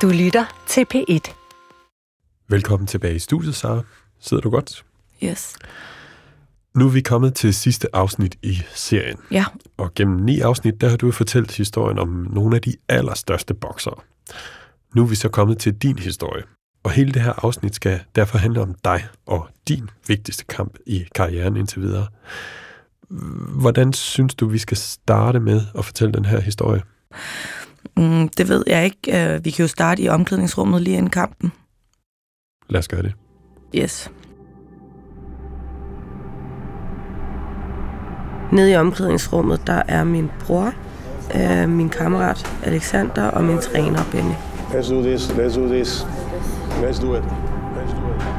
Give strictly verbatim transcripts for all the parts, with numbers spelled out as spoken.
Du lytter til P et. Velkommen tilbage i studiet, Sara. Sidder du godt? Yes. Nu er vi kommet til sidste afsnit i serien. Ja. Og gennem ni afsnit, der har du fortalt historien om nogle af de allerstørste boksere. Nu er vi så kommet til din historie. Og hele det her afsnit skal derfor handle om dig og din vigtigste kamp i karrieren indtil videre. Hvordan synes du, vi skal starte med at fortælle den her historie? Mm, det ved jeg ikke. Vi kan jo starte i omklædningsrummet lige inden kampen. Lad os gøre det. Yes. Nede i omklædningsrummet, der er min bror, øh, min kammerat Alexander og min træner Benny. Let's do this, let's do this. Let's do it. Let's do it.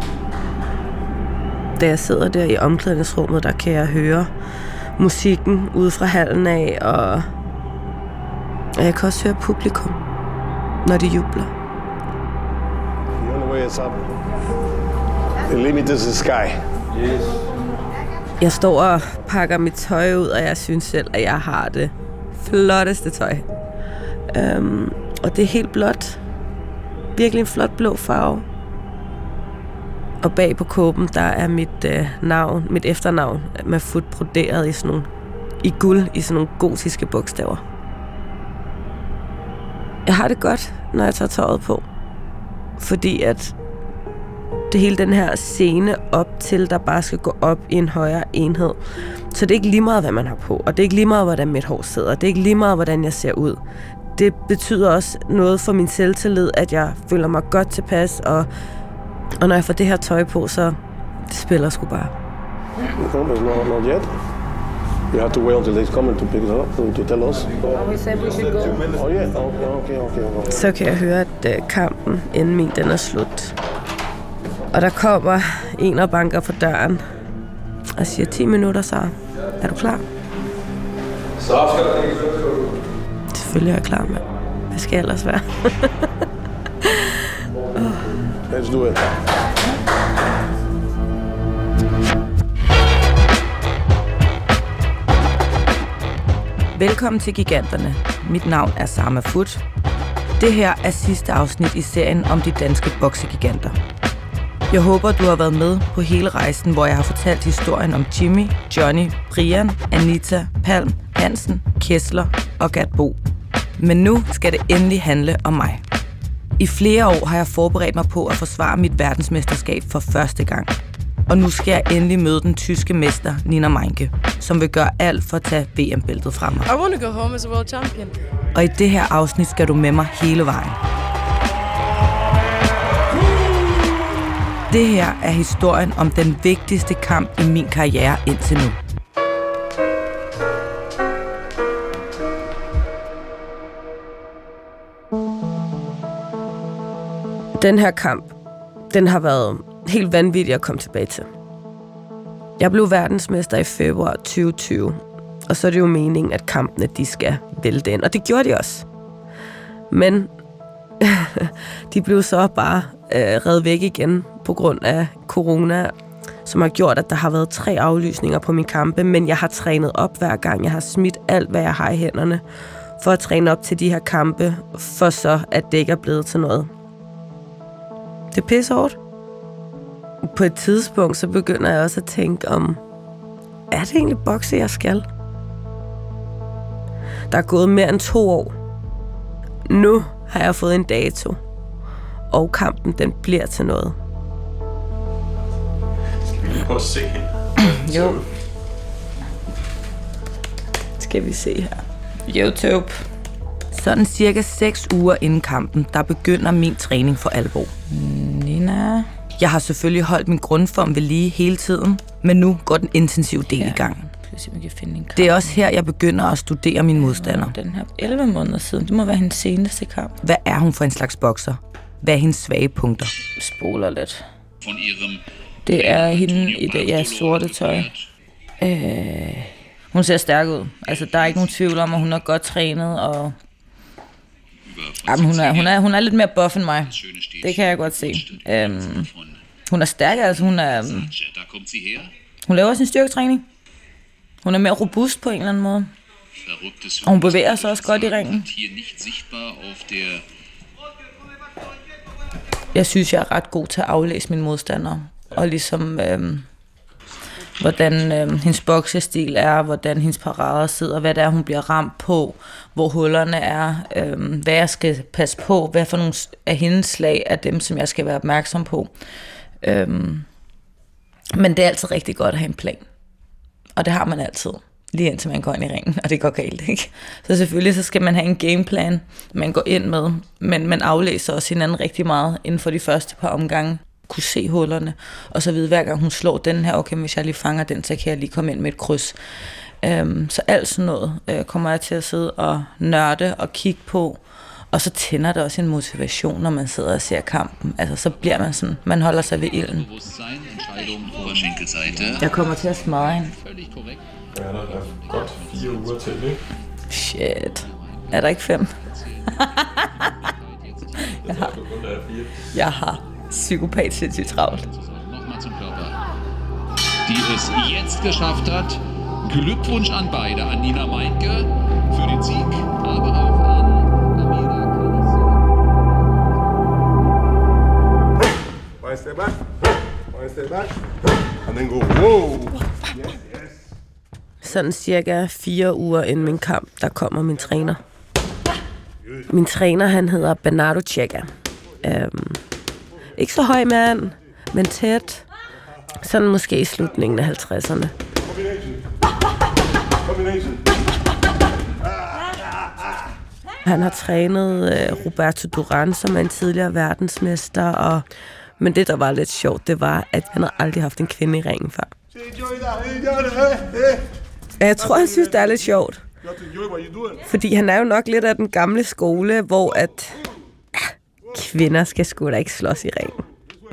Da jeg sidder der i omklædningsrummet, der kan jeg høre musikken ude fra hallen af, og jeg kan også høre publikum, når de jubler. The only way is up. The limit is the sky. Yes. Jeg står og pakker mit tøj ud, og jeg synes selv, at jeg har det flotteste tøj. Um, og det er helt blåt. Virkelig en flot blå farve. Og bag på kåben, der er mit øh, navn, mit efternavn, med fod broderet i sådan nogle, i guld, i sådan nogle gotiske bogstaver. Jeg har det godt, når jeg tager tøjet på. Fordi at det hele den her scene op til, der bare skal gå op i en højere enhed. Så det er ikke lige meget, hvad man har på. Og det er ikke lige meget, hvordan mit hår sidder. Det er ikke lige meget, hvordan jeg ser ud. Det betyder også noget for min selvtillid, at jeg føler mig godt tilpas. Og, og når jeg får det her tøj på, så det spiller sgu bare. No, there's not, not yet. You have to wait until they come to pick it up to, to tell us. We said we should go. Oh yeah, okay, okay, okay. okay. Så kan jeg høre, at uh, kampen inden min, den er slut. Og der kommer en og banker på døren og siger ti minutter, så er du klar? Så skal der ikke. Selvfølgelig er jeg klar, mand. Hvad skal jeg ellers være? oh. Let's do it. Velkommen til Giganterne. Mit navn er Sama Foot. Det her er sidste afsnit i serien om de danske boksegiganter. Jeg håber, du har været med på hele rejsen, hvor jeg har fortalt historien om Jimmy, Johnny, Brian, Anita, Palm, Hansen, Kessler og Gert Bo. Men nu skal det endelig handle om mig. I flere år har jeg forberedt mig på at forsvare mit verdensmesterskab for første gang. Og nu skal jeg endelig møde den tyske mester, Nina Meinke, som vil gøre alt for at tage V M-bæltet fra mig. I want to go home as a world champion. Og i det her afsnit skal du med mig hele vejen. Det her er historien om den vigtigste kamp i min karriere indtil nu. Den her kamp, den har været helt vanvittig at komme tilbage til. Jeg blev verdensmester i februar tyve tyve, og så er det jo meningen, at kampene de skal vælte ind. Og det gjorde de også. Men de blev så bare øh, revet væk igen på grund af corona, som har gjort, at der har været tre aflysninger på mine kampe, men jeg har trænet op hver gang. Jeg har smidt alt, hvad jeg har i hænderne, for at træne op til de her kampe, for så at det ikke er blevet til noget. Det er pissehårdt. På et tidspunkt, så begynder jeg også at tænke om, er det egentlig bokse, jeg skal? Der er gået mere end to år. Nu har jeg fået en dato, og kampen, den bliver til noget. Skal vi prøve at se her? Jo. Skal vi se her. YouTube. Sådan cirka seks uger inden kampen, der begynder min træning for alvor. Nina. Jeg har selvfølgelig holdt min grundform ved lige hele tiden, men nu går den intensive del ja. i gang. Det er også her, jeg begynder at studere min modstander. Den her elleve måneder siden, det må være hendes seneste kamp. Hvad er hun for en slags bokser? Hvad er hendes svage punkter? Spoler lidt. Det er hende i det ja, sorte tøj. Øh, hun ser stærk ud. Altså, der er ikke nogen tvivl om, at hun er godt trænet, og jamen, hun, er, hun, er, hun er lidt mere buff end mig. Det kan jeg godt se. Øhm, hun er stærk, altså hun er... Hun laver sin styrketræning. Hun er mere robust på en eller anden måde. Og hun bevæger sig også godt i ringen. jeg synes, jeg er ret god til at aflæse mine modstandere. Og ligesom, øh, hvordan øh, hendes boksestil er, hvordan hendes parader sidder, hvad det er, hun bliver ramt på, hvor hullerne er, øh, hvad jeg skal passe på, hvad for nogle af hendes slag er dem, som jeg skal være opmærksom på. Øh, men det er altid rigtig godt at have en plan. Og det har man altid, lige indtil man går ind i ringen, og det går galt, ikke? Så selvfølgelig så skal man have en gameplan, man går ind med, men man aflæser også hinanden rigtig meget inden for de første par omgange. Kunne se hullerne, og så vide, hver gang hun slår den her, okay, hvis jeg lige fanger den, så kan jeg lige komme ind med et kryds. Øhm, så alt sådan noget øh, kommer jeg til at sidde og nørde og kigge på, og så tænder det også en motivation, når man sidder og ser kampen. Altså, så bliver man sådan, man holder sig ved ilden. Jeg kommer til at smadre hende. Ja, der er godt fire uger til, ikke? Shit. Er der ikke fem? jeg har, jeg har psykopat sindssygt travlt. Die es jetzt geschafft hat. Glückwunsch an beide, an Nina Meinke für den Sieg, aber auch an Amira Kanis. One step back, one step back, and then go, whoa! Yes, yes. Sådan cirka fire uger inden min kamp, der kommer min træner. Min træner, han hedder Bernardo Checa. Um, ikke så høj mand, men tæt. Sådan måske i slutningen af halvtredserne. Han har trænet uh, Roberto Duran, som er en tidligere verdensmester. Og, men det, der var lidt sjovt, det var, at han har aldrig haft en kvinde i ringen før. Jeg tror, han synes, det er lidt sjovt. Fordi han er jo nok lidt af den gamle skole, hvor at kvinder skal sgu da ikke slås i ringen.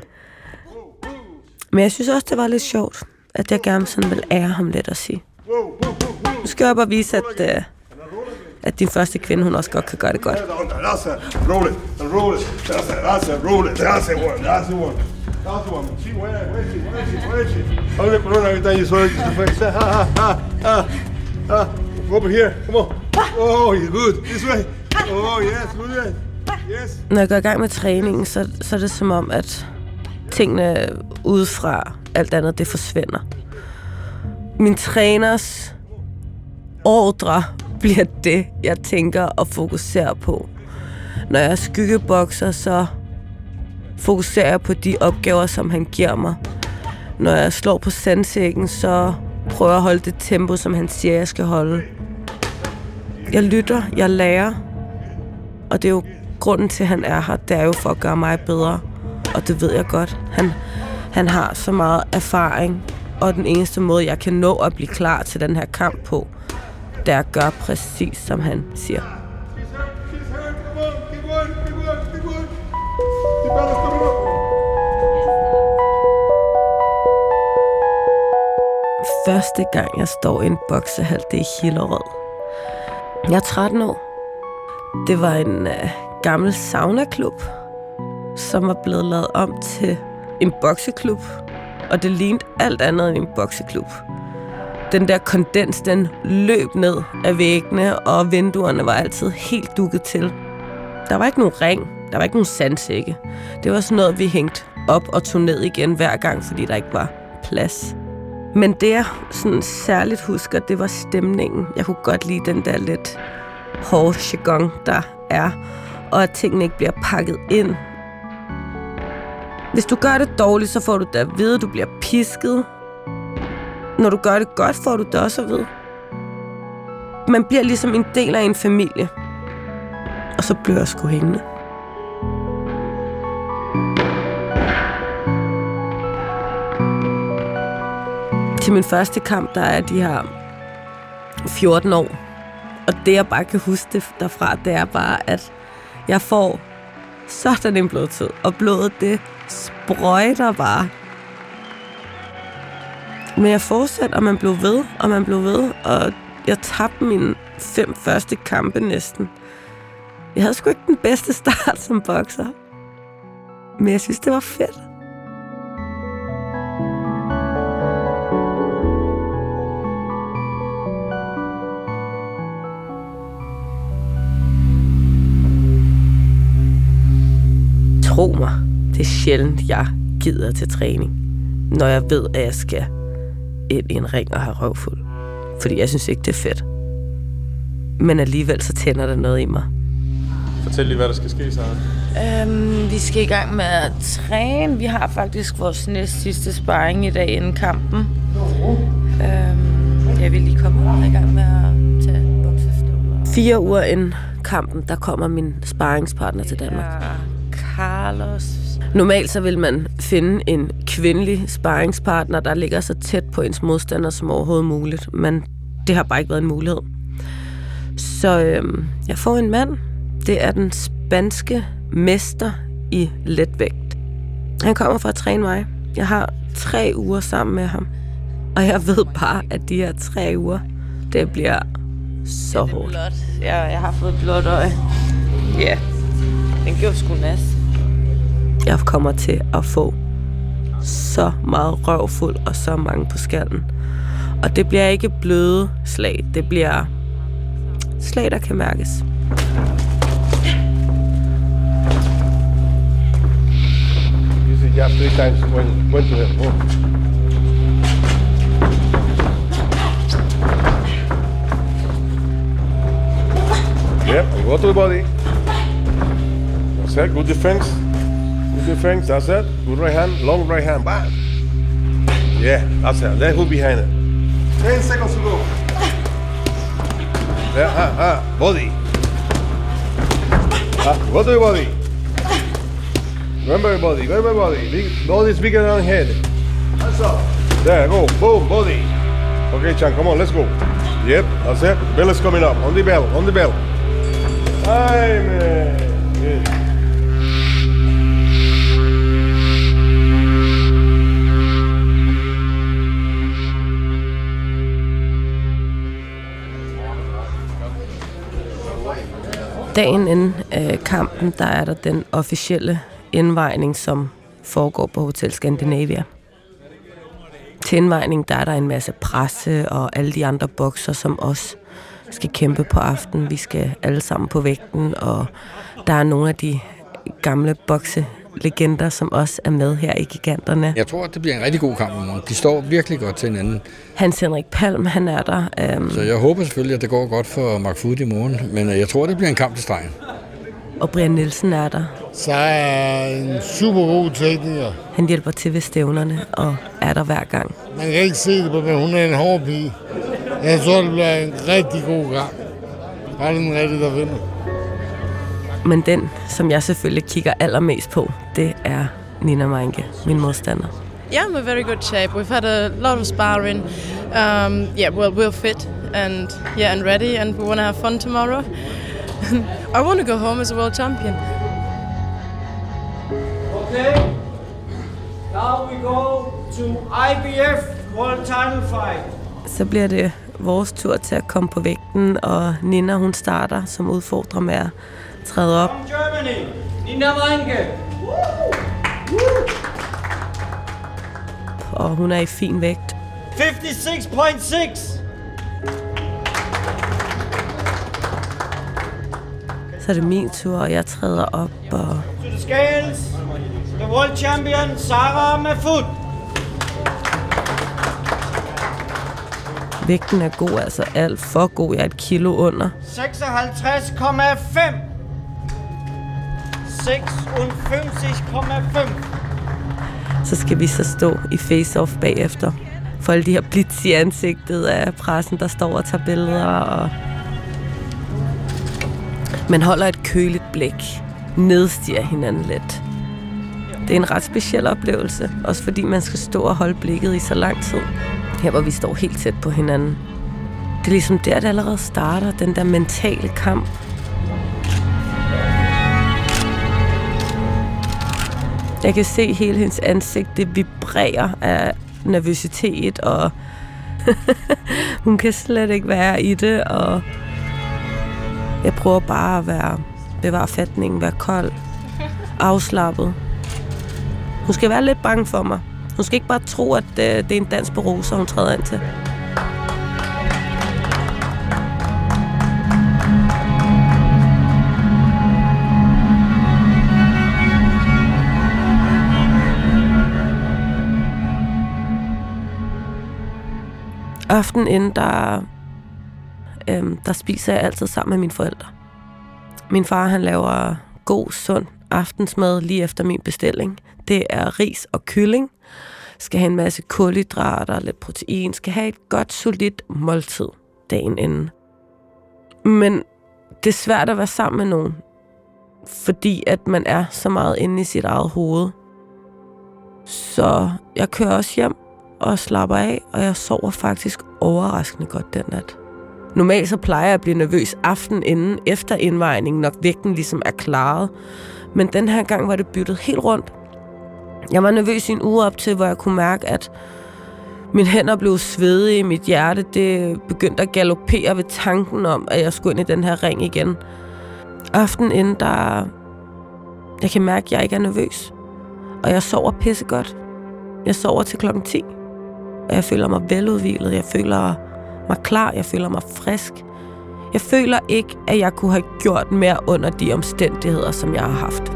Men jeg synes også, det var lidt sjovt, at jeg gerne sådan vil ære ham lidt og sige. Nu skal jeg bare vise, at, uh, at din første kvinde, hun også godt kan gøre det godt. Når jeg går i gang med træningen, så, så er det som om, at tingene udefra, alt andet, det forsvinder. Min træners ordre bliver det, jeg tænker og fokuserer på. Når jeg er skyggebokser, så fokuserer jeg på de opgaver, som han giver mig. Når jeg slår på sandsækken, så prøver jeg at holde det tempo, som han siger, jeg skal holde. Jeg lytter, jeg lærer, og det er jo grunden til, at han er her, det er jo for at gøre mig bedre. Og det ved jeg godt. Han, han har så meget erfaring, og den eneste måde, jeg kan nå at blive klar til den her kamp på, det er at gøre præcis, som han siger. Første gang, jeg står i en boksehal, det er i Hillerød. Jeg er tretten år. Det var en øh, gammel saunaklub, som var blevet lavet om til en bokseklub, og det lignede alt andet end en bokseklub. Den der kondens, den løb ned af væggene, og vinduerne var altid helt dukket til. Der var ikke nogen ring, der var ikke nogen sandsække. Det var sådan noget, vi hængte op og tog ned igen hver gang, fordi der ikke var plads. Men det, jeg sådan særligt husker, det var stemningen. Jeg kunne godt lide den der lidt hårde jargon, der er, og at tingene ikke bliver pakket ind. Hvis du gør det dårligt, så får du det at vide, at du bliver pisket. Når du gør det godt, får du det også at vide. Man bliver ligesom en del af en familie. Og så bliver jeg sgu hængende. Til min første kamp, der er de her fjorten år. Og det, jeg bare kan huske derfra, det er bare, at jeg får sådan en blodtid. Og blodet, det sprøjter bare. Men jeg fortsatte, og man blev ved, og man blev ved. Og jeg tabte mine fem første kampe næsten. Jeg havde sgu ikke den bedste start som bokser. Men jeg synes, det var fedt. Tro mig, det Det er sjældent, jeg gider til træning, når jeg ved, at jeg skal ind i en ring og have røvfuld. Fordi jeg synes ikke, det er fedt. Men alligevel så tænder der noget i mig. Fortæl lige, hvad der skal ske, Sara. Øhm, vi skal i gang med at træne. Vi har faktisk vores næst sidste sparring i dag inden kampen. Øhm, jeg vil lige komme i gang med at tage boksestøvler. Fire uger inden kampen, der kommer min sparringspartner til Danmark. Ja, Carlos. Normalt så vil man finde en kvindelig sparringspartner, der ligger så tæt på ens modstander som overhovedet muligt. Men det har bare ikke været en mulighed. Så øhm, jeg får en mand. Det er den spanske mester i letvægt. Han kommer fra at træne mig. Jeg har tre uger sammen med ham. Og jeg ved bare, at de her tre uger, det bliver så hårdt. Ja, jeg har fået blåt øje. Ja, yeah. Den gjorde sgu nas. Jeg kommer til at få så meget røvfuld og så mange på skallen. Og det bliver ikke bløde slag. Det bliver slag, der kan mærkes. Yeah, three times when went to him. Oh. Yep, and go to the body. That's it. Good defense. Good defense. That's it. Good right hand. Long right hand. Bam. Yeah, that's it. Let hook behind it. Ten seconds to go. Yeah, ah, ah. Body. Ah, go to the body. Remember body, remember body. Big, body is bigger than head. That's up. There, go. Boom, body. Okay, Chan, come on, let's go. Yep, that's it. Bell is coming up. On the bell, on the bell. Ay, man. Good. Dagen inden øh, kampen, der er der den officielle indvejning, som foregår på Hotel Scandinavia. Til indvejning, der er der en masse presse og alle de andre bokser, som også skal kæmpe på aftenen. Vi skal alle sammen på vægten, og der er nogle af de gamle bokselegender, som også er med her i Giganterne. Jeg tror, det bliver en rigtig god kamp i morgen. De står virkelig godt til hinanden. Hans Henrik Palm, han er der. Um... Så jeg håber selvfølgelig, at det går godt for Mark Food i morgen, men jeg tror, det bliver en kamp til stregen. Og Brian Nielsen er der. Så er en super god tekniker. Han hjælper til ved stævnerne og er der hver gang. Man kan ikke se det på, men hun er en hård pige. Jeg tror, det bliver en rigtig god kamp. Bare den rigtige, der vinder. Men den, som jeg selvfølgelig kigger allermest på, det er Nina Meinke, min modstander. Yeah, I'm in very good shape. We've had a lot of sparring. Um, yeah, well, we're fit and yeah, and ready, and we want to have fun tomorrow. I want to go home as a world champion. Okay, now we go to I B F World Title Fight. Så bliver det vores tur til at komme på vægten, og Nina, hun starter som udfordrer med at træde op. From Germany, Nina Meinke. Og hun er i fin vægt. femoghalvtreds komma seks. Så er det min tur, og jeg træder op og... To the scales, the world champion Sara Mahfoud. Vægten er god, altså alt for god. Jeg er et kilo under. seksoghalvtreds komma fem. seksoghalvfems komma fem. Så skal vi så stå i face-off bagefter. For alle de her blitz i ansigtet af pressen, der står og tager billeder. Og man holder et køligt blik. Nedstiger hinanden lidt. Det er en ret speciel oplevelse. Også fordi man skal stå og holde blikket i så lang tid. Her hvor vi står helt tæt på hinanden. Det er ligesom der, det allerede starter. Den der mentale kamp. Jeg kan se hele hendes ansigt, det vibrerer af nervøsitet, og hun kan slet ikke være i det, og jeg prøver bare at være, bevare fatningen, være kold, afslappet. Hun skal være lidt bange for mig. Hun skal ikke bare tro, at det er en dans på roser, hun træder ind til. Aftenen inden, der, øhm, der spiser jeg altid sammen med mine forældre. Min far, han laver god, sund aftensmad lige efter min bestilling. Det er ris og kylling. Skal have en masse kulhydrater, lidt protein. Skal have et godt, solidt måltid dagen inden. Men det er svært at være sammen med nogen, fordi at man er så meget inde i sit eget hoved. Så jeg kører også hjem og slapper af, og jeg sover faktisk overraskende godt den nat. Normalt så plejer jeg at blive nervøs aften inden, efter indvejningen, når vægten ligesom er klaret. Men den her gang var det byttet helt rundt. Jeg var nervøs i en uge op til, hvor jeg kunne mærke, at mine hænder blev svedige, mit hjerte det begyndte at galopere ved tanken om, at jeg skulle ind i den her ring igen. Aften inden, der jeg kan mærke, at jeg ikke er nervøs. Og jeg sover pissegodt. Jeg sover til klokken ti. Og jeg føler mig veludhvilet. Jeg føler mig klar. Jeg føler mig frisk. Jeg føler ikke, at jeg kunne have gjort mere under de omstændigheder, som jeg har haft.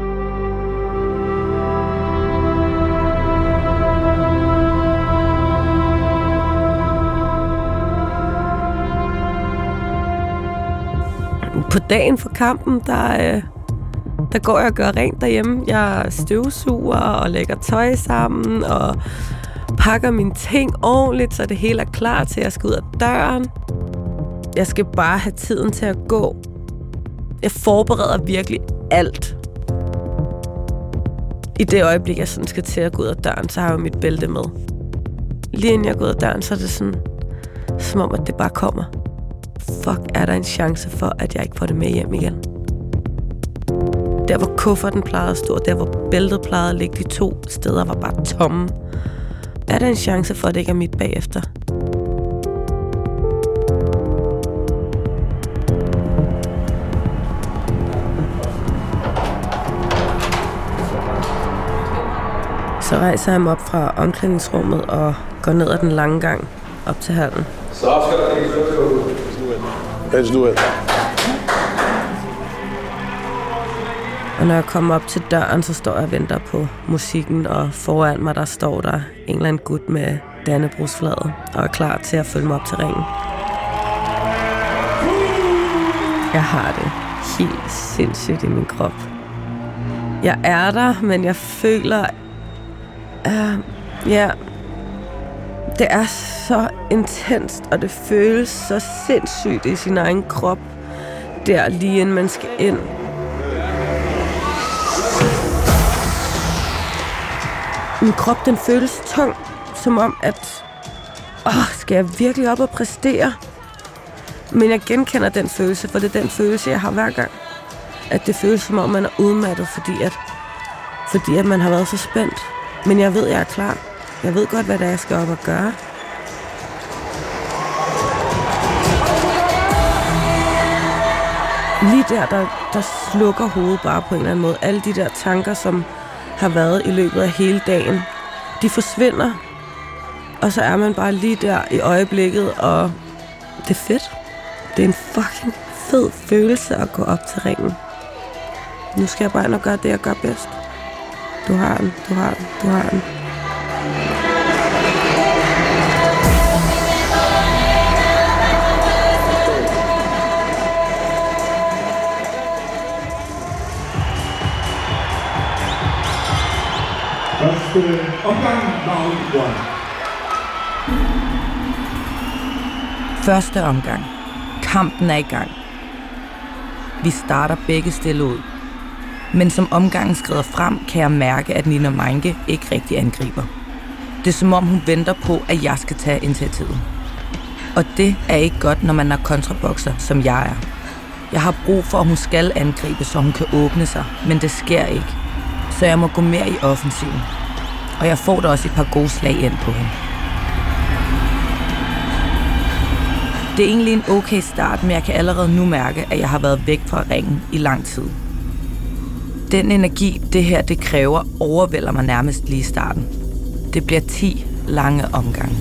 På dagen for kampen, der, der går jeg og gør rent derhjemme. Jeg støvsuger og lægger tøj sammen og pakker mine ting ordentligt, så det hele er klar til, at jeg skal ud af døren. Jeg skal bare have tiden til at gå. Jeg forbereder virkelig alt. I det øjeblik, jeg sådan skal til at gå ud af døren, så har jeg mit bælte med. Lige inden jeg går ud af døren, så er det sådan, som om, at det bare kommer. Fuck, er der en chance for, at jeg ikke får det med hjem igen? Der, hvor kufferten plejede at stå, der, hvor bæltet plejede at ligge, de to steder var bare tomme. Er der en chance for, at det ikke er mit bagefter? Så rejser jeg mig op fra omklædningsrummet og går ned ad den lange gang op til hallen. Så skal der ikke Let's do it. Og når jeg kommer op til døren, så står jeg og venter på musikken, og foran mig, der står der en eller anden gut med dannebrogsflaget og er klar til at følge mig op til ringen. Jeg har det helt sindssygt i min krop. Jeg er der, men jeg føler... Uh, ja... Det er så intenst, og det føles så sindssygt i sin egen krop, der lige inden man skal ind. Min krop, den føles tung, som om at, åh, skal jeg virkelig op og præstere? Men jeg genkender den følelse, for det er den følelse, jeg har hver gang. At det føles som om, man er udmattet, fordi at, fordi at man har været så spændt. Men jeg ved, jeg er klar. Jeg ved godt, hvad det er, jeg skal op og gøre. Lige der, der, der slukker hovedet bare på en eller anden måde. Alle de der tanker, som har været i løbet af hele dagen, de forsvinder. Og så er man bare lige der i øjeblikket, og det er fedt. Det er en fucking fed følelse at gå op til ringen. Nu skal jeg bare ind og gøre det, jeg gør bedst. Du har den, du har den, du har den. Første omgang, round one. Første omgang. Kampen er i gang. Vi starter begge stille ud. Men som omgangen skrider frem, kan jeg mærke, at Nina Meinke ikke rigtig angriber. Det er som om, hun venter på, at jeg skal tage initiativet. Og det er ikke godt, når man er kontrabokser, som jeg er. Jeg har brug for, at hun skal angribe, så hun kan åbne sig, men det sker ikke. Så jeg må gå mere i offensiven. Og jeg får da også et par gode slag ind på hende. Det er egentlig en okay start, men jeg kan allerede nu mærke, at jeg har været væk fra ringen i lang tid. Den energi, det her det kræver, overvælder mig nærmest lige i starten. Det bliver ti lange omgange.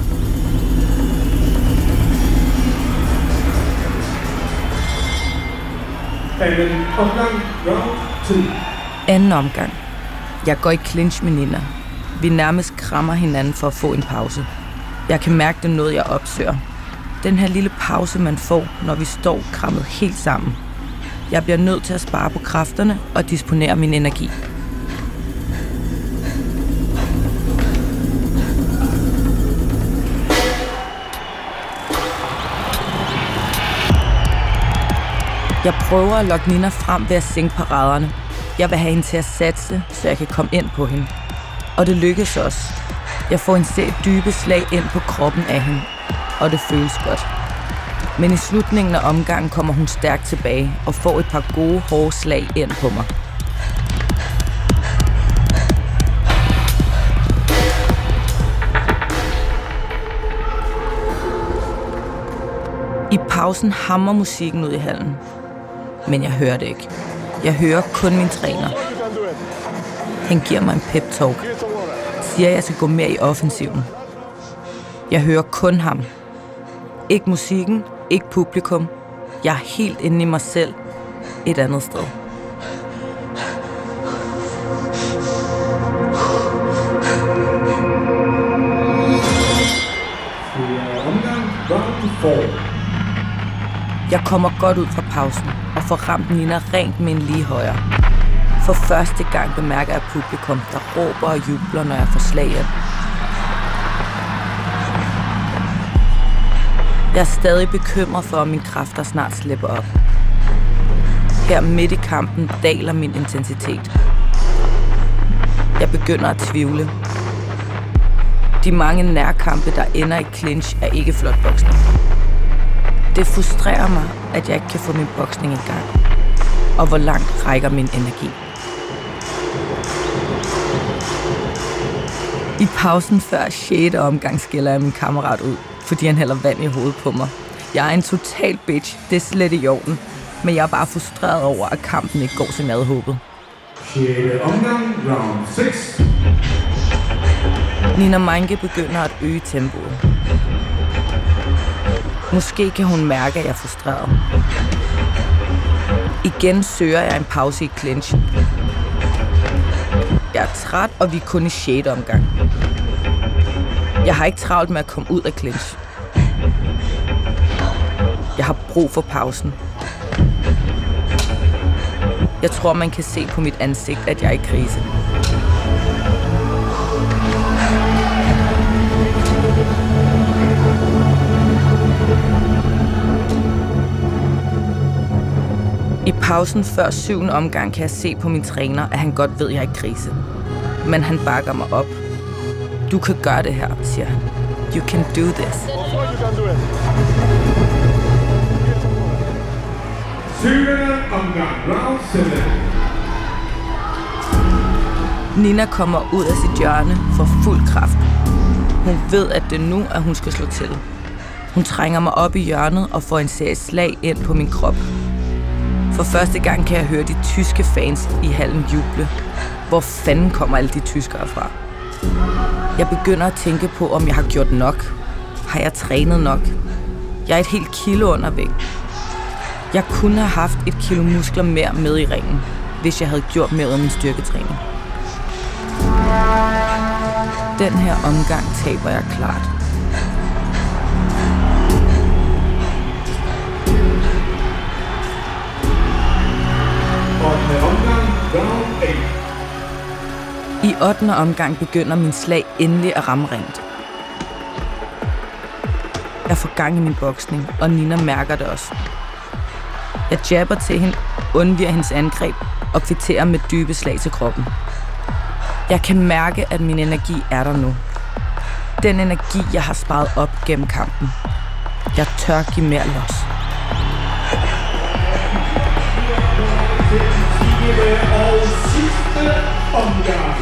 Anden omgang, round to. Anden omgang. Jeg går i clinch med Nina. Vi nærmest krammer hinanden for at få en pause. Jeg kan mærke, det er noget, jeg opsøger. Den her lille pause, man får, når vi står krammet helt sammen. Jeg bliver nødt til at spare på kræfterne og disponere min energi. Jeg prøver at lokke Nina frem ved at sænke paraderne. Jeg vil have hende til at satse, så jeg kan komme ind på hende. Og det lykkes også. Jeg får en serie dybe slag ind på kroppen af hende, og det føles godt. Men i slutningen af omgangen kommer hun stærkt tilbage og får et par gode, hårde slag ind på mig. I pausen hamrer musikken ud i hallen, men jeg hører det ikke. Jeg hører kun min træner. Han giver mig en pep-talk. Siger, at jeg skal gå mere i offensiven. Jeg hører kun ham. Ikke musikken, ikke publikum. Jeg er helt inde i mig selv. Et andet sted. Jeg kommer godt ud fra pausen og får ramt Nina rent med en lige højre. For første gang bemærker jeg publikum, der råber og jubler, når jeg får slag ind. Jeg er stadig bekymret for, at mine kræfter snart slipper op. Her midt i kampen daler min intensitet. Jeg begynder at tvivle. De mange nærkampe, der ender i clinch, er ikke flot boksning. Det frustrerer mig, at jeg ikke kan få min boksning i gang. Og hvor langt rækker min energi. I pausen før sjette omgang skælder jeg min kammerat ud, fordi han hælder vand i hovedet på mig. Jeg er en total bitch, det er slet i orden. Men jeg er bare frustreret over, at kampen ikke går, som jeg havde håbet. sjette omgang, round seks. Nina Meinke begynder at øge tempoet. Måske kan hun mærke, at jeg er frustreret. Igen søger jeg en pause i clinch. Jeg er træt, og vi er kun i sjette omgang. Jeg har ikke travlt med at komme ud af clinch. Jeg har brug for pausen. Jeg tror, man kan se på mit ansigt, at jeg er i krise. I pausen før syvende omgang kan jeg se på min træner, at han godt ved, at jeg er i krise. Men han bakker mig op. Du kan gøre det her, siger han. You can do this. syvende omgang, round syv. Nina kommer ud af sit hjørne for fuld kraft. Hun ved, at det er nu, at hun skal slå til. Hun trænger mig op i hjørnet og får en serie slag ind på min krop. For første gang kan jeg høre de tyske fans i hallen juble. Hvor fanden kommer alle de tyskere fra? Jeg begynder at tænke på, om jeg har gjort nok. Har jeg trænet nok? Jeg er et helt kilo under vægt. Jeg kunne have haft et kilo muskler mere med i ringen, hvis jeg havde gjort mere af min styrketræning. Den her omgang taber jeg klart. I ottende omgang begynder min slag endelig at ramme rent. Jeg får gang i min boksning, og Nina mærker det også. Jeg jabber til hende, undviger hendes angreb og kvitterer med dybe slag til kroppen. Jeg kan mærke, at min energi er der nu. Den energi, jeg har sparet op gennem kampen. Jeg tør give mere los. Og sidste omgang.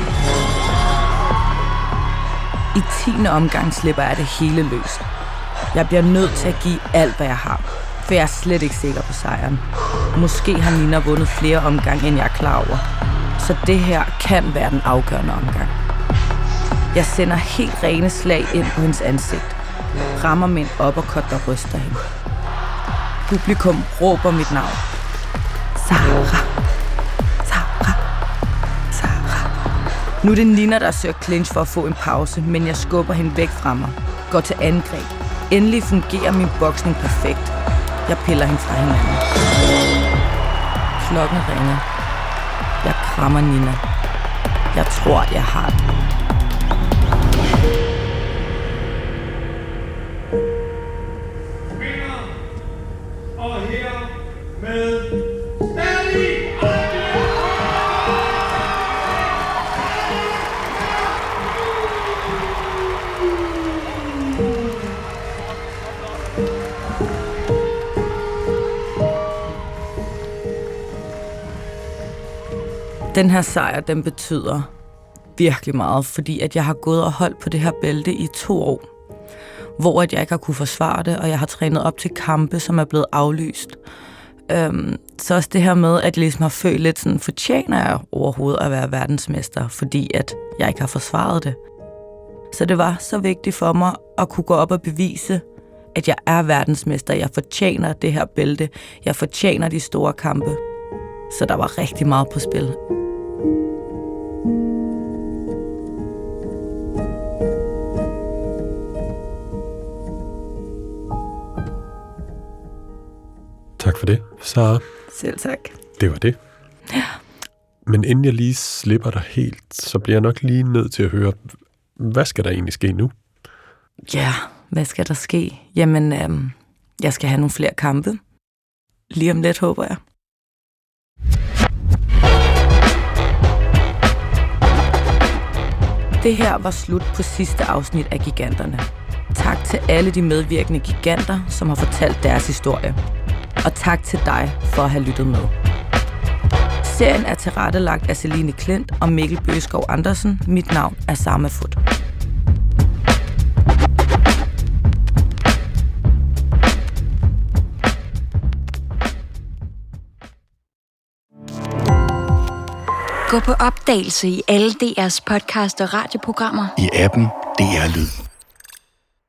I tiende omgang slipper jeg det hele løs. Jeg bliver nødt til at give alt, hvad jeg har, for jeg er slet ikke sikker på sejren. Måske har Nina vundet flere omgange, end jeg er klar over. Så det her kan være den afgørende omgang. Jeg sender helt rene slag ind på hendes ansigt. Rammer med en uppercut, der ryster hende. Publikum råber mit navn. Sara. Sara. Sara. Nu er det Nina, der søger clinch for at få en pause, men jeg skubber hende væk fra mig. Går til angreb. Endelig fungerer min boksning perfekt. Jeg piller hende fra hinanden. Klokken ringer. Jeg krammer Nina. Jeg tror, jeg har den. Vinder og her med Stanley Den her sejr, den betyder virkelig meget, fordi at jeg har gået og holdt på det her bælte i to år, hvor at jeg ikke har kunne forsvare det, og jeg har trænet op til kampe, som er blevet aflyst. Øhm, så også det her med, at jeg ligesom har følt lidt sådan, fortjener jeg overhovedet at være verdensmester, fordi at jeg ikke har forsvaret det. Så det var så vigtigt for mig at kunne gå op og bevise, at jeg er verdensmester. Jeg fortjener det her bælte. Jeg fortjener de store kampe. Så der var rigtig meget på spil. Tak for det, Sara. Selv tak. Det var det. Ja. Men inden jeg lige slipper dig helt, så bliver jeg nok lige nødt til at høre, hvad skal der egentlig ske nu? Ja, hvad skal der ske? Jamen, øhm, jeg skal have nogle flere kampe. Lige om lidt, håber jeg. Det her var slut på sidste afsnit af Giganterne. Tak til alle de medvirkende giganter, som har fortalt deres historie. Og tak til dig for at have lyttet med. Serien er tilrettelagt af Celine Klint og Mikkel Bøgeskov Andersen. Mit navn er Sama Foot. Gå på opdagelse i alle D R's podcast og radioprogrammer. I appen D R Lyd.